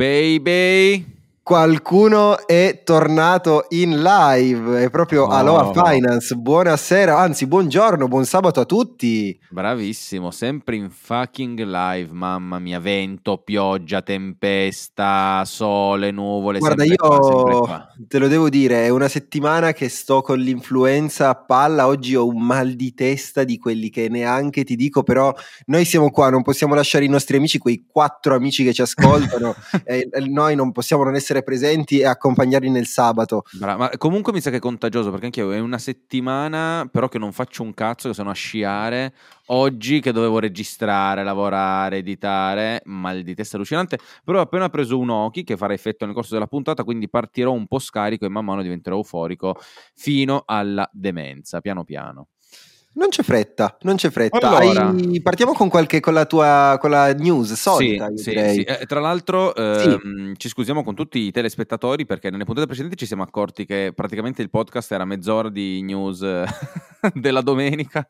baby. Qualcuno è tornato in live, è proprio Aloha Finance. Buonasera, anzi buongiorno, buon sabato a tutti. Bravissimo, sempre in fucking live, mamma mia, vento, pioggia, tempesta, sole, nuvole. Guarda, sempre io qua. te lo devo dire, è una settimana che sto con l'influenza a palla. Oggi ho un mal di testa di quelli che neanche ti dico, però noi siamo qua, non possiamo lasciare i nostri amici, quei 4 amici che ci ascoltano e noi non possiamo non essere presenti e accompagnarli nel sabato. Ma comunque mi sa che è contagioso, perché anche io è una settimana però che non faccio un cazzo, che sono a sciare. Oggi che dovevo registrare, lavorare, editare, mal di testa allucinante, però ho appena preso un Oki che farà effetto nel corso della puntata, quindi partirò un po' scarico e man mano diventerò euforico fino alla demenza, piano piano. Non c'è fretta, non c'è fretta. Allora, partiamo con la news solita, io direi. Sì. Tra l'altro Sì. ci scusiamo con tutti i telespettatori perché nelle puntate precedenti ci siamo accorti che praticamente il podcast era mezz'ora di news della domenica.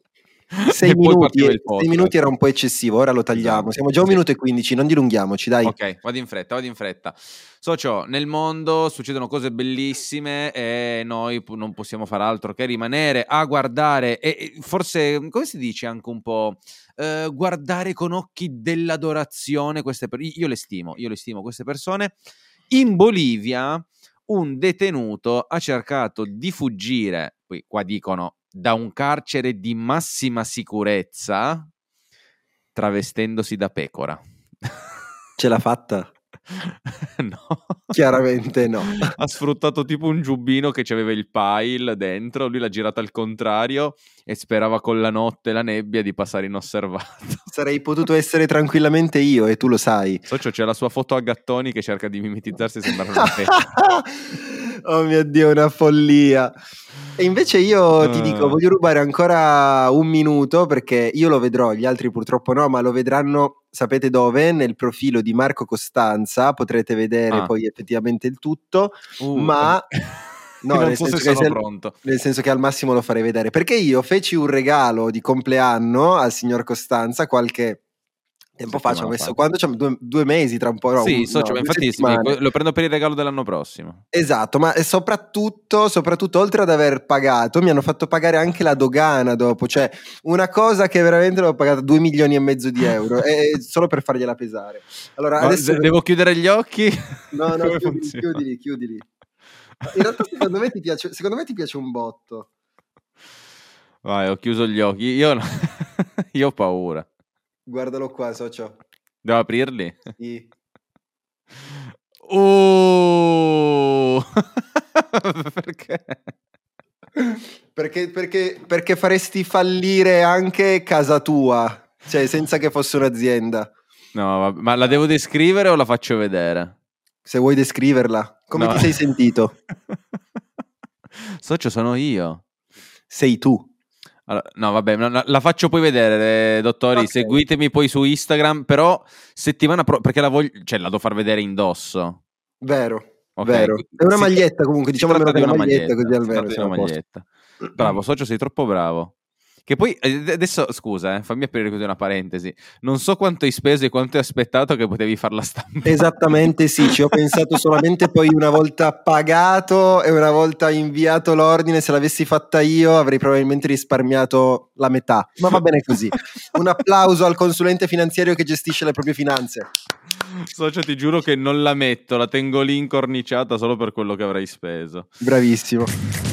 6 Poi partiva il podcast. 6 minuti era un po' eccessivo, ora lo tagliamo. Esatto. Siamo già a 1 minuto e 15, non dilunghiamoci, dai. Ok, vado in fretta. Socio, nel mondo succedono cose bellissime e noi non possiamo fare altro che rimanere a guardare e forse, come si dice, anche un po' guardare con occhi dell'adorazione queste persone. Io le stimo queste persone. In Bolivia un detenuto ha cercato di fuggire, poi qua dicono, da un carcere di massima sicurezza travestendosi da pecora. Ce l'ha fatta? No. Chiaramente no. Ha sfruttato tipo un giubbino che c'aveva il pile dentro, lui l'ha girato al contrario e sperava con la notte e la nebbia di passare inosservato. Sarei potuto essere tranquillamente io e tu lo sai. Socio, c'è la sua foto a gattoni che cerca di mimetizzarsi e sembrare una pecora. Oh mio Dio, una follia. E invece io ti dico, voglio rubare ancora 1 minuto perché io lo vedrò, gli altri purtroppo no, ma lo vedranno, sapete dove? Nel profilo di Marco Costanza, potrete vedere poi effettivamente il tutto, ma no, non so se sono pronto. Nel senso che al massimo lo farei vedere, perché io feci un regalo di compleanno al signor Costanza qualche tempo fa, ci ho messo quando c'è 2 mesi tra un po', no, sì, socio, infatti lo prendo per il regalo dell'anno prossimo. Esatto, ma soprattutto oltre ad aver pagato mi hanno fatto pagare anche la dogana dopo, cioè una cosa che veramente l'ho pagata 2,5 milioni di euro solo per fargliela pesare. Allora adesso devo chiudere gli occhi? No, chiudili. In realtà secondo me ti piace un botto. Vai, ho chiuso gli occhi. Io ho paura. Guardalo qua, socio. Devo aprirli? Sì. Perché? Perché faresti fallire anche casa tua, cioè senza che fosse un'azienda. No, vabbè, ma la devo descrivere o la faccio vedere? Se vuoi descriverla, come ti sei sentito? Socio, sono io. Sei tu. Allora, no, vabbè, la faccio poi vedere, dottori. Okay. Seguitemi poi su Instagram. Però settimana perché la devo far vedere indosso. Vero, okay. Vero. È una maglietta comunque, diciamo almeno che è una maglietta, così almeno siamo a posto. Bravo, socio, sei troppo bravo. Che poi adesso scusa, fammi aprire così una parentesi. Non so quanto hai speso e quanto hai aspettato che potevi farla stampare. Esattamente, sì, ci ho pensato solamente poi una volta pagato e una volta inviato l'ordine. Se l'avessi fatta io avrei probabilmente risparmiato la metà, ma va bene così. Un applauso al consulente finanziario che gestisce le proprie finanze. Socio, ti giuro che non la metto, la tengo lì incorniciata solo per quello che avrei speso. Bravissimo.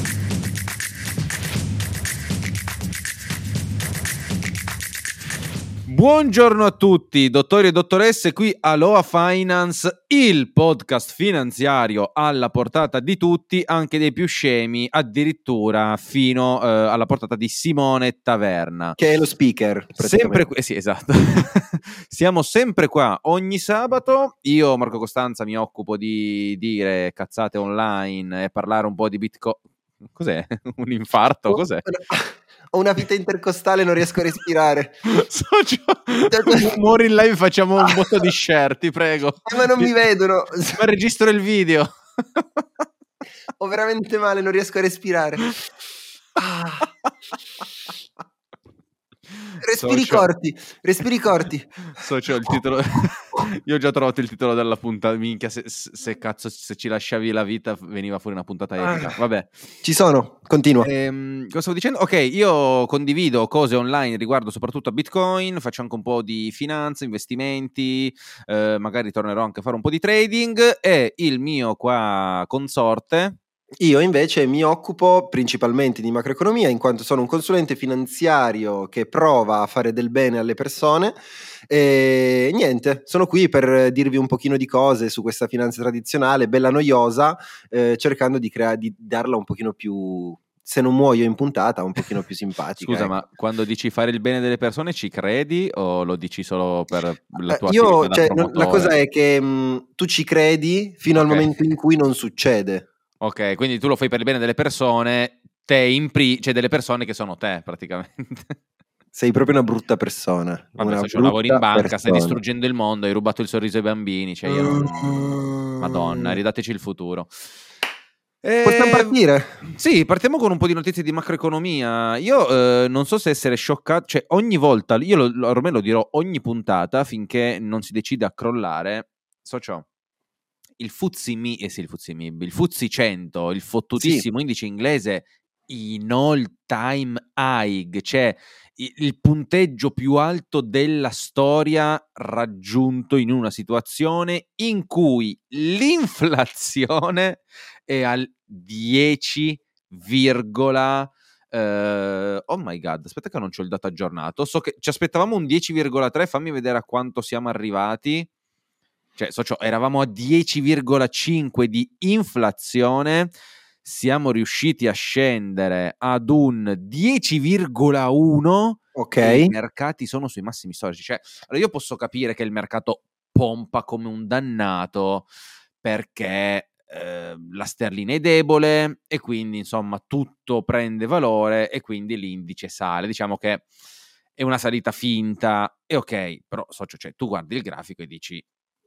Buongiorno a tutti, dottori e dottoresse, qui Aloha Finance, il podcast finanziario alla portata di tutti, anche dei più scemi, addirittura fino alla portata di Simone Taverna. Che è lo speaker. Sempre sì, esatto. Siamo sempre qua ogni sabato. Io, Marco Costanza, mi occupo di dire cazzate online e parlare un po' di Bitcoin. Cos'è? Un infarto? Cos'è? Ho una vita intercostale, non riesco a respirare. Socio, muori in live, facciamo un botto di share, ti prego. Ma non mi vedono. Ma registro il video. Ho veramente male, non riesco a respirare. Respiri corti. Socio, il titolo Io ho già trovato il titolo della puntata. Minchia, se cazzo, se ci lasciavi la vita veniva fuori una puntata epica. Vabbè. Ci sono, continua. Cosa stavo dicendo? Ok, io condivido cose online riguardo soprattutto a Bitcoin, faccio anche un po' di finanza, investimenti, magari tornerò anche a fare un po' di trading, e il mio qua consorte... Io invece mi occupo principalmente di macroeconomia, in quanto sono un consulente finanziario che prova a fare del bene alle persone, e niente, sono qui per dirvi un pochino di cose su questa finanza tradizionale, bella noiosa, cercando di darla un pochino più, se non muoio in puntata, un pochino più simpatica. Scusa, ecco. ma quando dici fare il bene delle persone ci credi o lo dici solo per la tua Io, attività da promotore? la cosa è che tu ci credi fino al momento in cui non succede. Ok, quindi tu lo fai per il bene delle persone, cioè delle persone che sono te praticamente. Sei proprio una brutta persona. Vabbè, se lavori in banca, stai distruggendo il mondo, hai rubato il sorriso ai bambini, cioè io non... Madonna, ridateci il futuro. Possiamo partire? Sì, partiamo con un po' di notizie di macroeconomia. Io non so se essere scioccato, cioè ogni volta, io ormai lo dirò ogni puntata finché non si decide a crollare, socio. Il FTSE 100, il fottutissimo indice inglese in all time high, cioè il punteggio più alto della storia raggiunto in una situazione in cui l'inflazione è al 10, oh my god, aspetta che non c'ho il dato aggiornato, so che ci aspettavamo un 10,3, fammi vedere a quanto siamo arrivati. Cioè, socio, eravamo a 10,5 di inflazione, siamo riusciti a scendere ad un 10,1. Ok. E i mercati sono sui massimi storici. Cioè, allora io posso capire che il mercato pompa come un dannato perché la sterlina è debole e quindi, insomma, tutto prende valore e quindi l'indice sale. Diciamo che è una salita finta e ok, però, socio, cioè, tu guardi il grafico e dici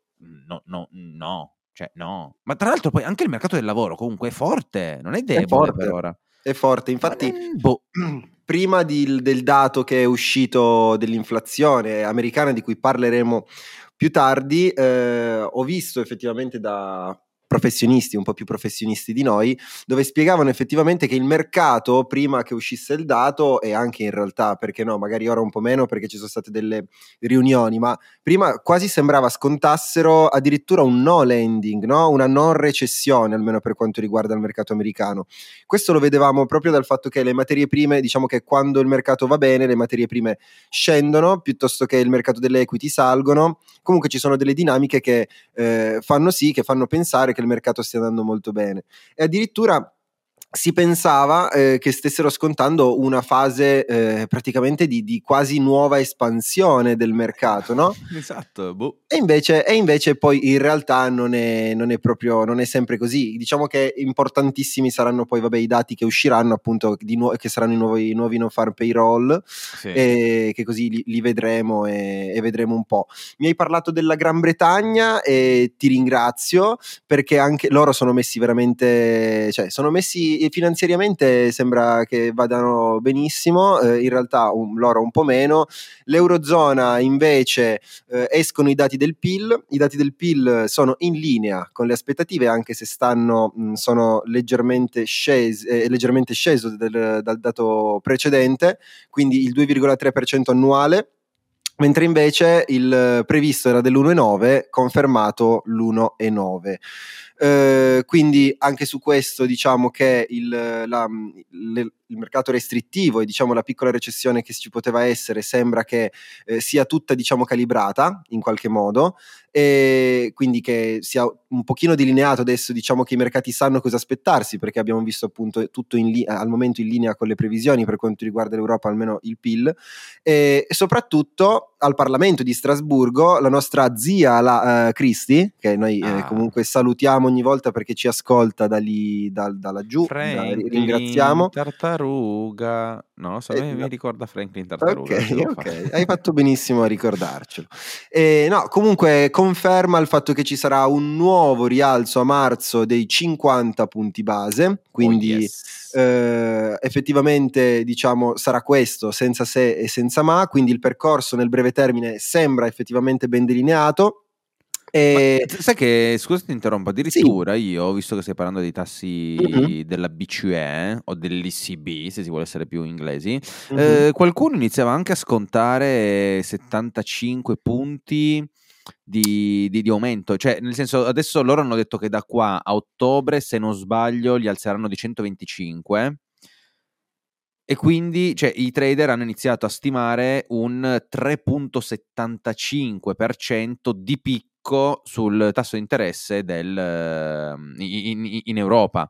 no, cioè no. Ma tra l'altro poi anche il mercato del lavoro comunque è forte, non è debole per ora. È forte, infatti prima del dato che è uscito dell'inflazione americana, di cui parleremo più tardi, ho visto effettivamente da professionisti, un po' più professionisti di noi, dove spiegavano effettivamente che il mercato, prima che uscisse il dato, e anche in realtà, perché no, magari ora un po' meno perché ci sono state delle riunioni, ma prima quasi sembrava scontassero addirittura un no landing, no? Una non recessione, almeno per quanto riguarda il mercato americano. Questo lo vedevamo proprio dal fatto che le materie prime, diciamo che quando il mercato va bene, le materie prime scendono, piuttosto che il mercato delle equity salgono. Comunque ci sono delle dinamiche che fanno sì, che fanno pensare che il mercato stia andando molto bene. E addirittura si pensava che stessero scontando una fase praticamente di quasi nuova espansione del mercato, no? Esatto, E invece poi in realtà non è proprio, non è sempre così. Diciamo che importantissimi saranno poi, vabbè, i dati che usciranno, appunto, che saranno i nuovi non-farm payroll, sì. e che così li vedremo e vedremo un po'. Mi hai parlato della Gran Bretagna e ti ringrazio, perché anche loro sono messi veramente, cioè sono messi finanziariamente, sembra che vadano benissimo, in realtà loro un po' meno. L'Eurozona invece escono i dati del PIL. I dati del PIL sono in linea con le aspettative, anche se sono leggermente scesi dal dato precedente, quindi il 2,3% annuale, mentre invece il previsto era dell'1,9, confermato l'1,9. Quindi anche su questo diciamo che il mercato restrittivo e diciamo la piccola recessione che ci poteva essere sembra che sia tutta, diciamo, calibrata in qualche modo, e quindi che sia un pochino delineato adesso, diciamo che i mercati sanno cosa aspettarsi, perché abbiamo visto appunto tutto al momento in linea con le previsioni per quanto riguarda l'Europa, almeno il PIL, e soprattutto al Parlamento di Strasburgo la nostra zia, la Cristi, che noi comunque salutiamo ogni volta perché ci ascolta da laggiù, ringraziamo. Tartaruga, non lo so, mi ricorda Franklin Tartaruga. Ok, hai fatto benissimo a ricordarcelo. No, comunque conferma il fatto che ci sarà un nuovo rialzo a marzo dei 50 punti base, quindi effettivamente diciamo sarà questo senza se e senza ma, quindi il percorso nel breve termine sembra effettivamente ben delineato. Sai che, scusa ti interrompo, Sì. addirittura io, visto che stai parlando dei tassi della BCE o dell'ECB, se si vuole essere più inglesi, qualcuno iniziava anche a scontare 75 punti di aumento, cioè nel senso adesso loro hanno detto che da qua a ottobre, se non sbaglio, li alzeranno di 125. E quindi i trader hanno iniziato a stimare un 3,75% di picco sul tasso di interesse in Europa.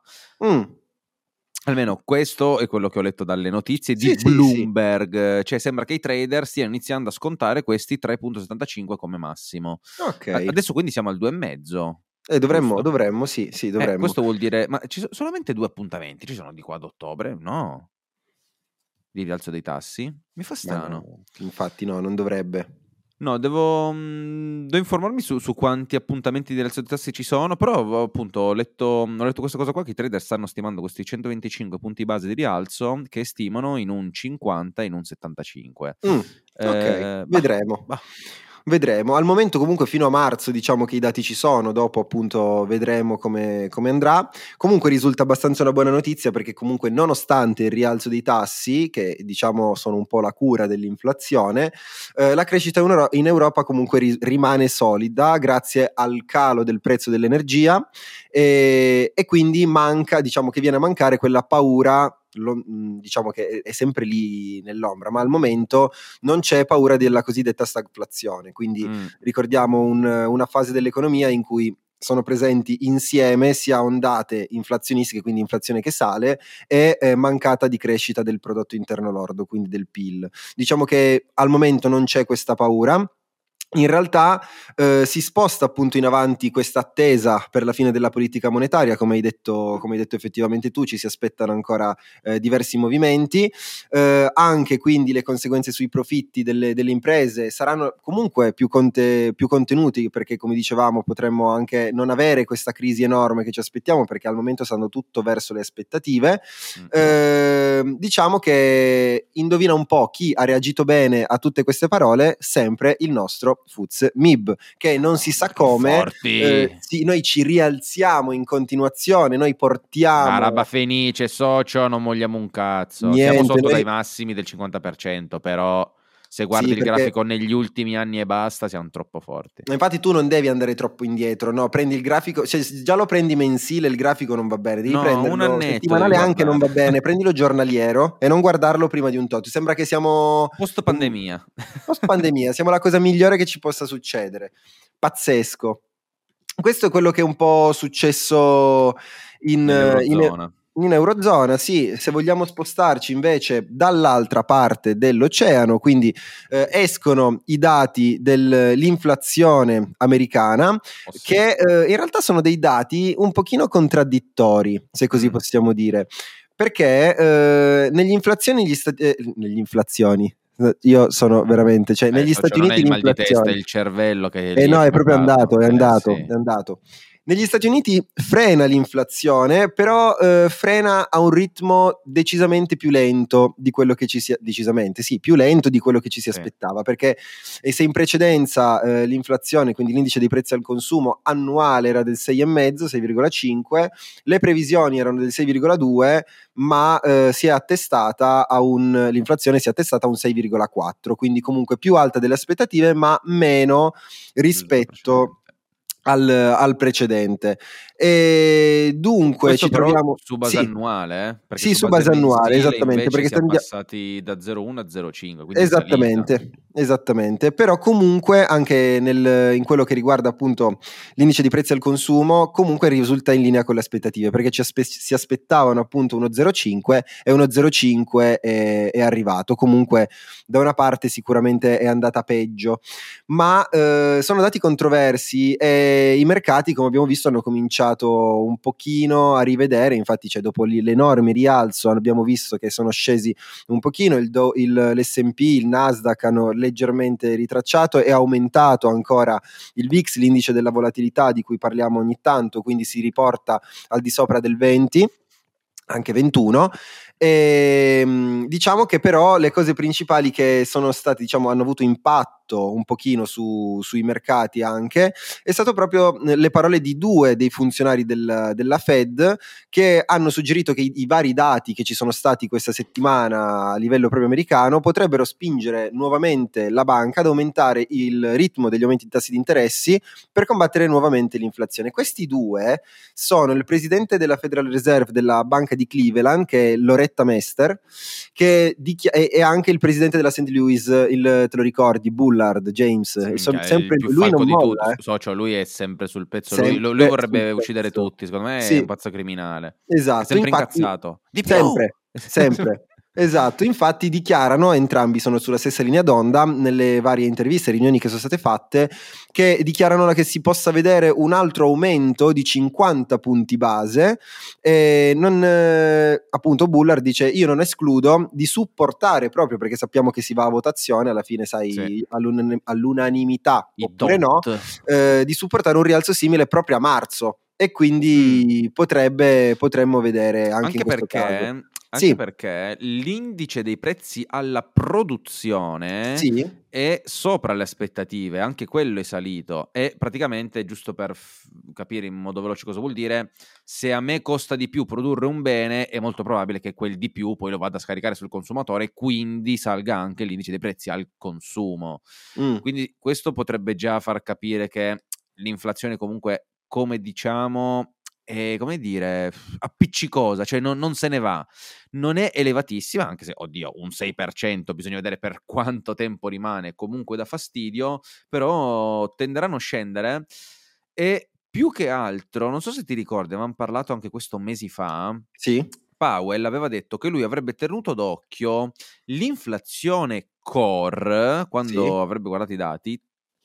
Almeno questo è quello che ho letto dalle notizie di Sì, sì, sì. Bloomberg. Cioè sembra che i trader stiano iniziando a scontare questi 3,75 come massimo. Ok. Adesso quindi siamo al 2,5. Dovremmo, sì, dovremmo. Questo vuol dire, ma ci sono solamente 2 appuntamenti, ci sono di qua ad ottobre? No? Di rialzo dei tassi? Mi fa Ma strano. no, infatti no, non dovrebbe. No, devo informarmi su quanti appuntamenti di rialzo dei tassi ci sono, però appunto ho letto questa cosa qua, che i trader stanno stimando questi 125 punti base di rialzo, che stimano in un 50 e in un 75. Ok, vedremo. Vedremo. Al momento comunque fino a marzo diciamo che i dati ci sono, dopo appunto vedremo come andrà. Comunque risulta abbastanza una buona notizia, perché comunque nonostante il rialzo dei tassi, che diciamo sono un po' la cura dell'inflazione, la crescita in Europa comunque rimane solida grazie al calo del prezzo dell'energia, e quindi diciamo che viene a mancare quella paura. Diciamo che è sempre lì nell'ombra, ma al momento non c'è paura della cosiddetta stagflazione. Quindi ricordiamo una fase dell'economia in cui sono presenti insieme sia ondate inflazionistiche, quindi inflazione che sale, e mancata di crescita del prodotto interno lordo, quindi del PIL. Diciamo che al momento non c'è questa paura. In realtà si sposta appunto in avanti questa attesa per la fine della politica monetaria, come hai detto effettivamente tu, ci si aspettano ancora diversi movimenti, anche quindi le conseguenze sui profitti delle imprese saranno comunque più contenuti, perché come dicevamo potremmo anche non avere questa crisi enorme che ci aspettiamo, perché al momento sta andando tutto verso le aspettative. Diciamo che indovina un po' chi ha reagito bene a tutte queste parole, sempre il nostro FTSE MIB, che non si sa come, noi ci rialziamo in continuazione, noi portiamo Araba Fenice, socio, non mogliamo un cazzo. Siamo niente, sotto dai massimi del 50%, però se guardi il grafico negli ultimi anni e basta, siamo troppo forti. Infatti tu non devi andare troppo indietro, no? Prendi il grafico, cioè già lo prendi mensile, il grafico non va bene, devi prenderlo settimanale, anche non va bene, prendilo giornaliero e non guardarlo prima di un tot. Sembra che siamo post pandemia. Post pandemia, siamo la cosa migliore che ci possa succedere. Pazzesco. Questo è quello che è un po' successo in Eurozona, sì. Se vogliamo spostarci invece dall'altra parte dell'oceano, quindi escono i dati dell'inflazione americana, che in realtà sono dei dati un pochino contraddittori, se così possiamo dire, perché negli inflazioni negli inflazioni io sono veramente, cioè negli Stati Uniti non è il mal di testa, è l'inflazione, il cervello che è lì no, è proprio andato, è sì. andato. Negli Stati Uniti frena l'inflazione, però frena a un ritmo decisamente più lento di quello che più lento di quello che ci si aspettava, perché se in precedenza l'inflazione, quindi l'indice dei prezzi al consumo annuale, era del 6,5, 6,5, le previsioni erano del 6,2, ma l'inflazione si è attestata a un 6,4, quindi comunque più alta delle aspettative, ma meno rispetto al precedente. E dunque questo ci troviamo su base annuale, perché su base annuale, esattamente, invece perché siamo passati da 0,1 a 0,5, quindi esattamente, però comunque anche in quello che riguarda appunto l'indice di prezzi al consumo, comunque risulta in linea con le aspettative, perché si aspettavano appunto uno 0,5 e uno 0,5 è arrivato. Comunque da una parte sicuramente è andata peggio, ma sono dati controversi e i mercati, come abbiamo visto, hanno cominciato un pochino a rivedere. Infatti dopo l'enorme rialzo abbiamo visto che sono scesi un pochino, l'S&P, il Nasdaq hanno leggermente ritracciato, e aumentato ancora il VIX, l'indice della volatilità di cui parliamo ogni tanto, quindi si riporta al di sopra del 20, anche 21, Diciamo che però le cose principali che sono state, diciamo, hanno avuto impatto un pochino sui mercati anche, è stato proprio le parole di due dei funzionari della Fed, che hanno suggerito che i vari dati che ci sono stati questa settimana a livello proprio americano potrebbero spingere nuovamente la banca ad aumentare il ritmo degli aumenti di tassi di interessi per combattere nuovamente l'inflazione. Questi due sono il presidente della Federal Reserve della banca di Cleveland, che è Loretta Mester, che è anche il presidente della St. Louis, te lo ricordi, Bullard, James, Sì, minchia, è il sempre più lui falco non di tutti, molla, socio, lui è sempre sul pezzo, lui sempre sul vorrebbe uccidere pezzo. tutti, secondo me è un Sì, pazzo criminale, è esatto, sempre infatti, incazzato. Di più! sempre, sempre. Esatto, infatti dichiarano, entrambi sono sulla stessa linea d'onda, nelle varie interviste e riunioni che sono state fatte, che dichiarano che si possa vedere un altro aumento di 50 punti base, e appunto Bullard dice: io non escludo di supportare, proprio perché sappiamo che si va a votazione, alla fine Sì. sai, all'unanimità I oppure no, dot. di supportare un rialzo simile proprio a marzo. E quindi potremmo vedere anche in questo caso. Anche Sì, perché l'indice dei prezzi alla produzione sì, è sopra le aspettative, anche quello è salito. E praticamente, giusto per capire in modo veloce cosa vuol dire, se a me costa di più produrre un bene, è molto probabile che quel di più poi lo vada a scaricare sul consumatore e quindi salga anche l'indice dei prezzi al consumo. mm, Quindi questo potrebbe già far capire che l'inflazione comunque, come diciamo, è, come dire, appiccicosa, cioè non se ne va. Non è elevatissima, anche se, oddio, un 6%, bisogna vedere per quanto tempo rimane, comunque dà fastidio, però tenderanno a scendere. E più che altro, non so se ti ricordi, avevamo parlato anche questo mesi fa, sì, Powell aveva detto che lui avrebbe tenuto d'occhio l'inflazione core, sì, quando avrebbe guardato i dati,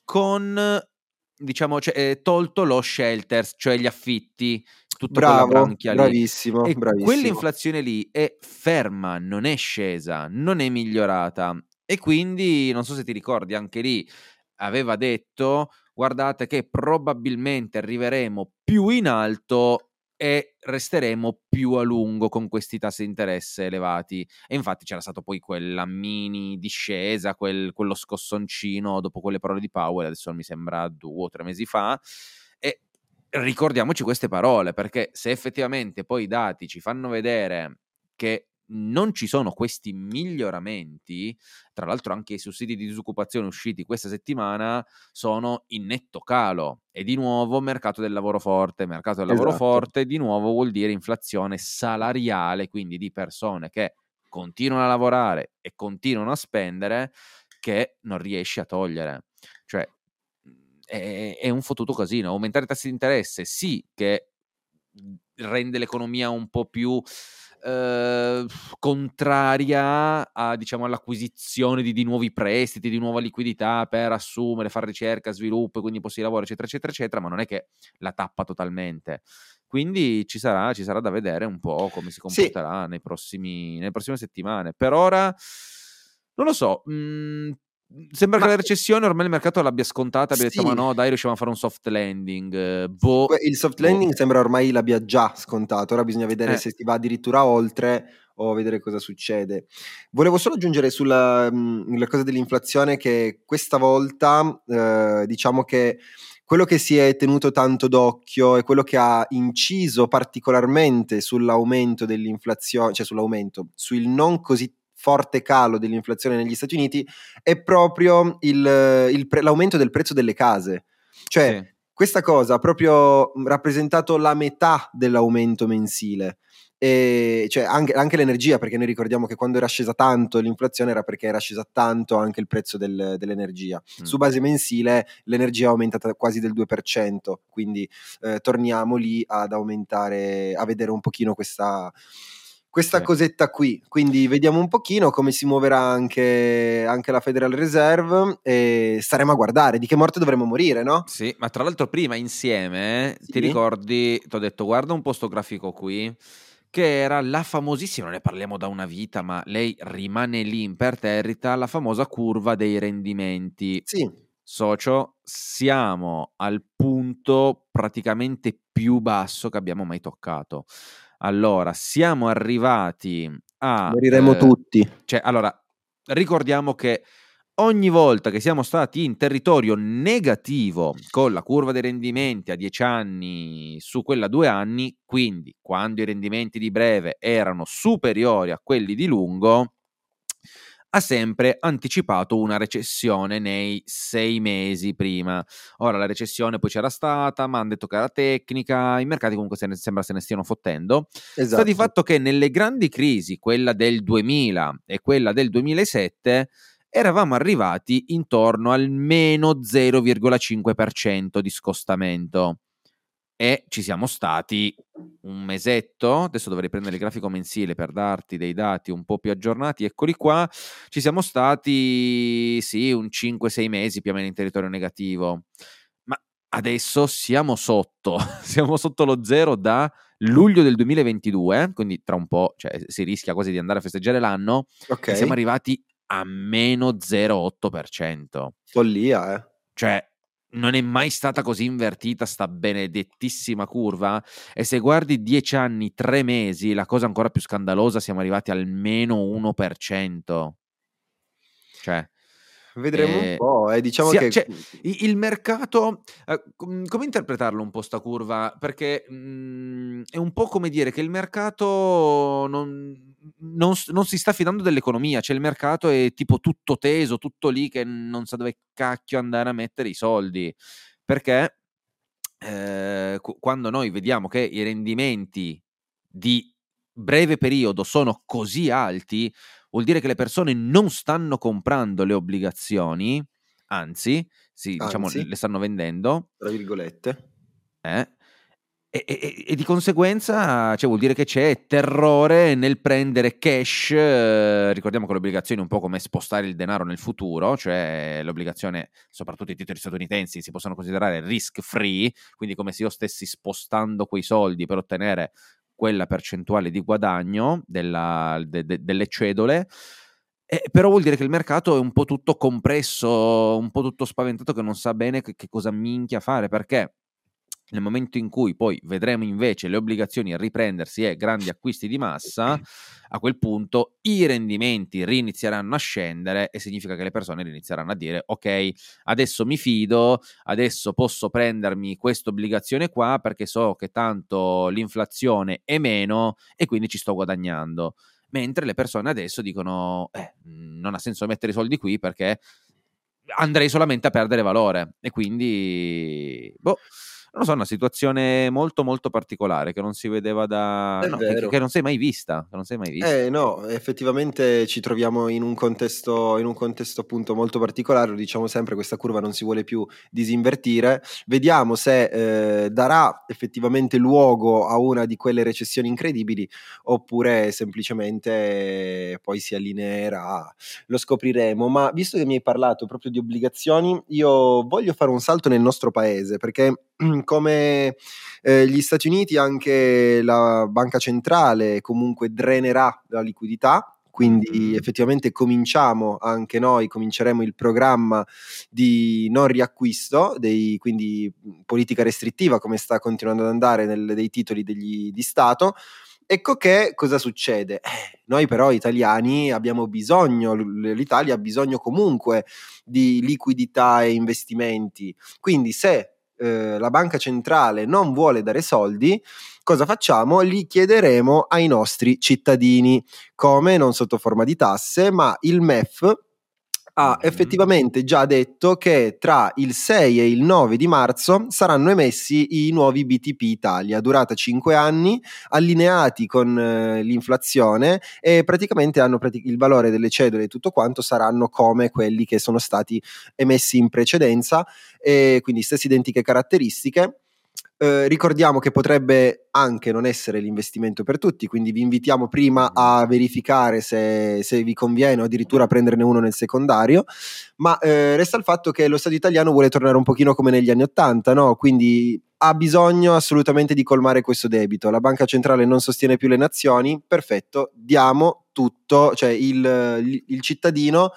con, diciamo, cioè, tolto lo shelters, cioè gli affitti, tutta quella bravo, branchia lì. bravissimo, E bravissimo. quell'inflazione lì è ferma, non è scesa, non è migliorata. E quindi, non so se ti ricordi, anche lì aveva detto: guardate che probabilmente arriveremo più in alto e resteremo più a lungo con questi tassi di interesse elevati. E infatti c'era stato poi quella mini discesa, quello scossoncino dopo quelle parole di Powell, adesso mi sembra 2 o 3 mesi fa. E ricordiamoci queste parole, perché se effettivamente poi i dati ci fanno vedere che non ci sono questi miglioramenti, tra l'altro anche i sussidi di disoccupazione usciti questa settimana sono in netto calo, e di nuovo mercato del lavoro forte. Mercato del lavoro Esatto, forte di nuovo vuol dire inflazione salariale, quindi di persone che continuano a lavorare e continuano a spendere, che non riesci a togliere. Cioè, è un fottuto casino. Aumentare i tassi di interesse sì che rende l'economia un po' più contraria a, diciamo, all'acquisizione di nuovi prestiti, di nuova liquidità per assumere, fare ricerca, sviluppo e quindi posti di lavoro, eccetera, eccetera, eccetera, ma non è che la tappa totalmente. Quindi ci sarà da vedere un po' come si sì, comporterà nelle prossime settimane. Per ora, non lo so, sembra che ma la recessione ormai il mercato l'abbia scontata, abbia detto: ma sì, no, dai, riusciamo a fare un soft landing. il soft Boh. landing sembra ormai l'abbia già scontato, ora bisogna vedere Eh, se si va addirittura oltre o vedere cosa succede. Volevo solo aggiungere sulla la cosa dell'inflazione, che questa volta diciamo che quello che si è tenuto tanto d'occhio e quello che ha inciso particolarmente sull'aumento dell'inflazione, cioè sul non così forte calo dell'inflazione negli Stati Uniti, è proprio l'aumento del prezzo delle case. Cioè, sì. questa cosa ha proprio rappresentato la metà dell'aumento mensile. E cioè anche l'energia, perché noi ricordiamo che quando era scesa tanto l'inflazione era perché era scesa tanto anche il prezzo dell'energia. Mm. Su base mensile l'energia è aumentata quasi del 2%, quindi torniamo lì ad aumentare, a vedere un pochino questa Sì. cosetta qui. Quindi vediamo un pochino come si muoverà anche la Federal Reserve, e staremo a guardare di che morte dovremo morire, no? Sì, ma tra l'altro prima insieme, ti Sì, ricordi, ti ho detto guarda un po' sto grafico qui, che era la famosissima, non ne parliamo da una vita, ma lei rimane lì imperterrita, la famosa curva dei rendimenti. sì, Socio, siamo al punto praticamente più basso che abbiamo mai toccato. Allora, siamo arrivati a... Moriremo tutti. Cioè, allora, ricordiamo che ogni volta che siamo stati in territorio negativo con la curva dei rendimenti a 10 anni su quella a 2 anni, quindi quando i rendimenti di breve erano superiori a quelli di lungo, ha sempre anticipato una recessione nei 6 mesi prima. Ora la recessione poi c'era stata, ma hanno detto che era tecnica, i mercati comunque sembra se ne stiano fottendo. Sta di Esatto. fatto che nelle grandi crisi, quella del 2000 e quella del 2007, eravamo arrivati intorno al meno 0,5% di scostamento. E ci siamo stati un mesetto, adesso dovrei prendere il grafico mensile per darti dei dati un po' più aggiornati, eccoli qua, ci siamo stati sì un 5-6 mesi più o meno in territorio negativo, ma adesso siamo sotto, siamo sotto lo zero da luglio del 2022, quindi tra un po', cioè, si rischia quasi di andare a festeggiare l'anno, e siamo Ok. arrivati a meno 0,8%. Follia, Cioè, non è mai stata così invertita sta benedettissima curva, e se guardi 10 anni, 3 mesi, la cosa ancora più scandalosa, siamo arrivati al meno 1%. Cioè, Vedremo un po', diciamo che cioè, il mercato, come interpretarlo un po' sta curva? Perché è un po' come dire che il mercato non si sta fidando dell'economia, cioè il mercato è tipo tutto teso, tutto lì, che non sa dove cacchio andare a mettere i soldi, perché quando noi vediamo che i rendimenti di breve periodo sono così alti, vuol dire che le persone non stanno comprando le obbligazioni, anzi, diciamo, anzi, le stanno vendendo, tra virgolette. eh? E di conseguenza, cioè, vuol dire che c'è terrore nel prendere cash. Ricordiamo che l'obbligazione è un po' come spostare il denaro nel futuro, cioè l'obbligazione, soprattutto i titoli statunitensi, si possono considerare risk free, quindi come se io stessi spostando quei soldi per ottenere quella percentuale di guadagno delle cedole. Però vuol dire che il mercato è un po' tutto compresso, un po' tutto spaventato, che non sa bene che cosa minchia fare, perché nel momento in cui poi vedremo invece le obbligazioni riprendersi e grandi acquisti di massa, a quel punto i rendimenti rinizieranno a scendere, e significa che le persone inizieranno a dire: ok, adesso mi fido, adesso posso prendermi questa obbligazione qua perché so che tanto l'inflazione è meno e quindi ci sto guadagnando. Mentre le persone adesso dicono: non ha senso mettere i soldi qui perché andrei solamente a perdere valore. E quindi non lo so, una situazione molto molto particolare che non si vedeva È vero. che non si è mai vista, che non si è mai vista. No, effettivamente ci troviamo in un contesto appunto molto particolare, lo diciamo sempre, questa curva non si vuole più disinvertire. Vediamo se darà effettivamente luogo a una di quelle recessioni incredibili, oppure semplicemente poi si allineerà. Lo scopriremo. Ma visto che mi hai parlato proprio di obbligazioni, io voglio fare un salto nel nostro paese, perché come gli Stati Uniti, anche la banca centrale comunque drenerà la liquidità, quindi effettivamente cominceremo il programma di non riacquisto, quindi politica restrittiva come sta continuando ad andare dei titoli di Stato. Ecco che cosa succede? Noi però italiani abbiamo bisogno, l'Italia ha bisogno comunque di liquidità e investimenti, quindi se la banca centrale non vuole dare soldi, cosa facciamo? Li chiederemo ai nostri cittadini, come non sotto forma di tasse, ma il MEF ha effettivamente già detto che tra il 6 e il 9 di marzo saranno emessi i nuovi BTP Italia, durata 5 anni, allineati con l'inflazione, e praticamente hanno il valore delle cedole e tutto quanto saranno come quelli che sono stati emessi in precedenza, e quindi stesse identiche caratteristiche. Ricordiamo che potrebbe anche non essere l'investimento per tutti, quindi vi invitiamo prima a verificare se vi conviene, o addirittura prenderne uno nel secondario, ma resta il fatto che lo Stato italiano vuole tornare un pochino come negli anni '80, no? Quindi ha bisogno assolutamente di colmare questo debito. La banca centrale non sostiene più le nazioni, perfetto, diamo tutto, cioè il cittadino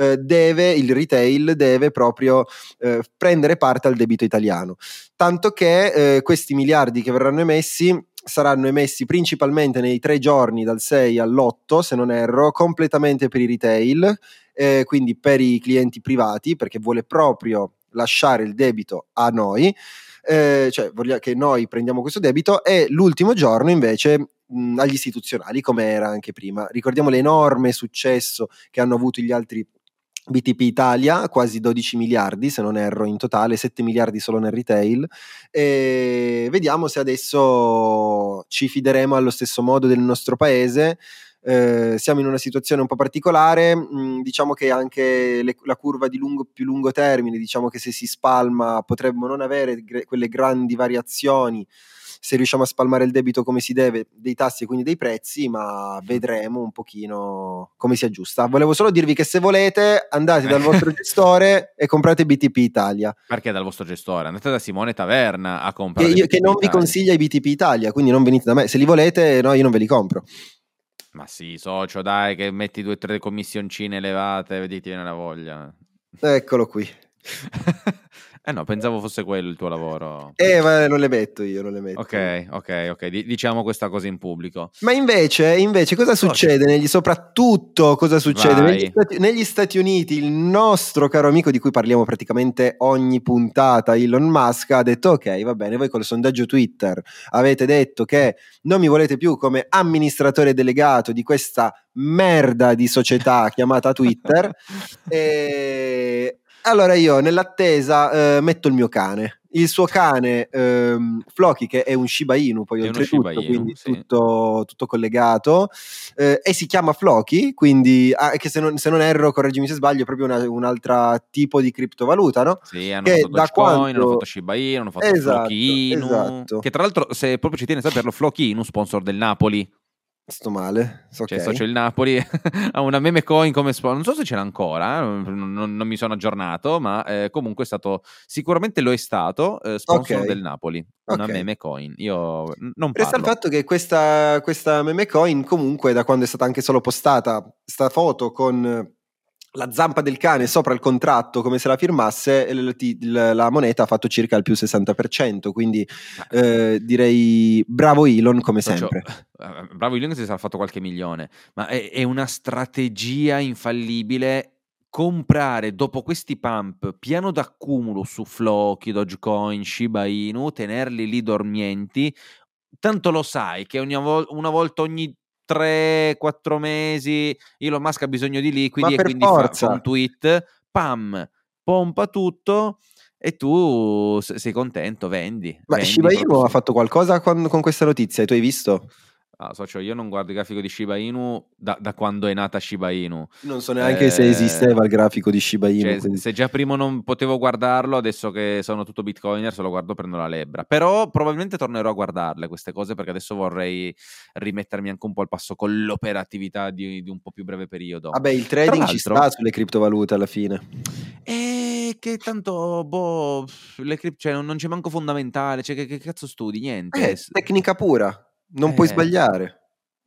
il retail deve proprio prendere parte al debito italiano. Tanto che questi miliardi che verranno emessi saranno emessi principalmente nei 3 giorni dal 6 all'8, se non erro, completamente per i retail, quindi per i clienti privati, perché vuole proprio lasciare il debito a noi, cioè voglio che noi prendiamo questo debito, e l'ultimo giorno invece agli istituzionali, come era anche prima. Ricordiamo l'enorme successo che hanno avuto gli altri BTP Italia, quasi 12 miliardi se non erro in totale, 7 miliardi solo nel retail, e vediamo se adesso ci fideremo allo stesso modo del nostro paese. Siamo in una situazione un po' particolare, diciamo che anche la curva di più lungo termine, diciamo che se si spalma potremmo non avere quelle grandi variazioni se riusciamo a spalmare il debito come si deve, dei tassi e quindi dei prezzi, ma vedremo un pochino come si aggiusta. Volevo solo dirvi che se volete andate dal vostro gestore e comprate BTP Italia. Perché dal vostro gestore? Andate da Simone Taverna a comprare BTP che non vi Italia. consiglia i BTP Italia, quindi non venite da me. Se li volete, no, io non ve li compro. Ma sì, socio, dai, che metti 2 o 3 commissioncine elevate, vedi, ti viene la voglia. Eccolo qui. No, pensavo fosse quello il tuo lavoro. Ma non le metto io, non le metto. Ok. Diciamo questa cosa in pubblico. Ma invece cosa succede? Soprattutto cosa succede negli Stati Uniti? Il nostro caro amico di cui parliamo praticamente ogni puntata, Elon Musk, ha detto: ok, va bene, voi col sondaggio Twitter avete detto che non mi volete più come amministratore delegato di questa merda di società chiamata Twitter. E allora io nell'attesa metto il mio cane, il suo cane Floki, che è un Shiba Inu poi oltretutto, quindi sì. tutto collegato, e si chiama Floki, quindi che se non erro, correggimi se sbaglio, è proprio un altro tipo di criptovaluta, no? Sì, hanno fatto Dogecoin, hanno fatto Shiba Inu, hanno fatto Floki Inu, esatto. Che tra l'altro, se proprio ci tiene a saperlo, Floki Inu, sponsor del Napoli. Sto male, okay. Cioè, socio il Napoli ha una meme coin come sponsor, non so se ce l'ha ancora, non mi sono aggiornato, ma comunque è stato, sicuramente lo è stato, sponsor del Napoli, una meme coin. Io non Resta il fatto che questa meme coin, comunque, da quando è stata anche solo postata sta foto con la zampa del cane sopra il contratto come se la firmasse, la moneta ha fatto circa il più 60%, quindi direi bravo Elon come sempre. Bravo Elon, che si sarà fatto qualche milione, ma è una strategia infallibile comprare dopo questi pump piano d'accumulo su Floki, Dogecoin, Shiba Inu, tenerli lì dormienti, tanto lo sai che una volta ogni 3-4 mesi Elon Musk ha bisogno di liquidi e quindi fa un tweet, pam, pompa tutto e tu sei contento, vendi. Ma Shiba Inu ha fatto qualcosa con questa notizia, tu hai visto? Socio, io non guardo il grafico di Shiba Inu da quando è nata Shiba Inu. Non so neanche se esisteva il grafico di Shiba Inu. Cioè, se già prima non potevo guardarlo, adesso che sono tutto bitcoiner, se lo guardo prendo la lebbra. Però probabilmente tornerò a guardarle queste cose, perché adesso vorrei rimettermi anche un po' al passo con l'operatività di un po' più breve periodo. Vabbè, il trading ci sta sulle criptovalute alla fine. Che tanto, cioè, non c'è manco fondamentale, cioè che cazzo studi? Niente. Tecnica pura. Non puoi sbagliare.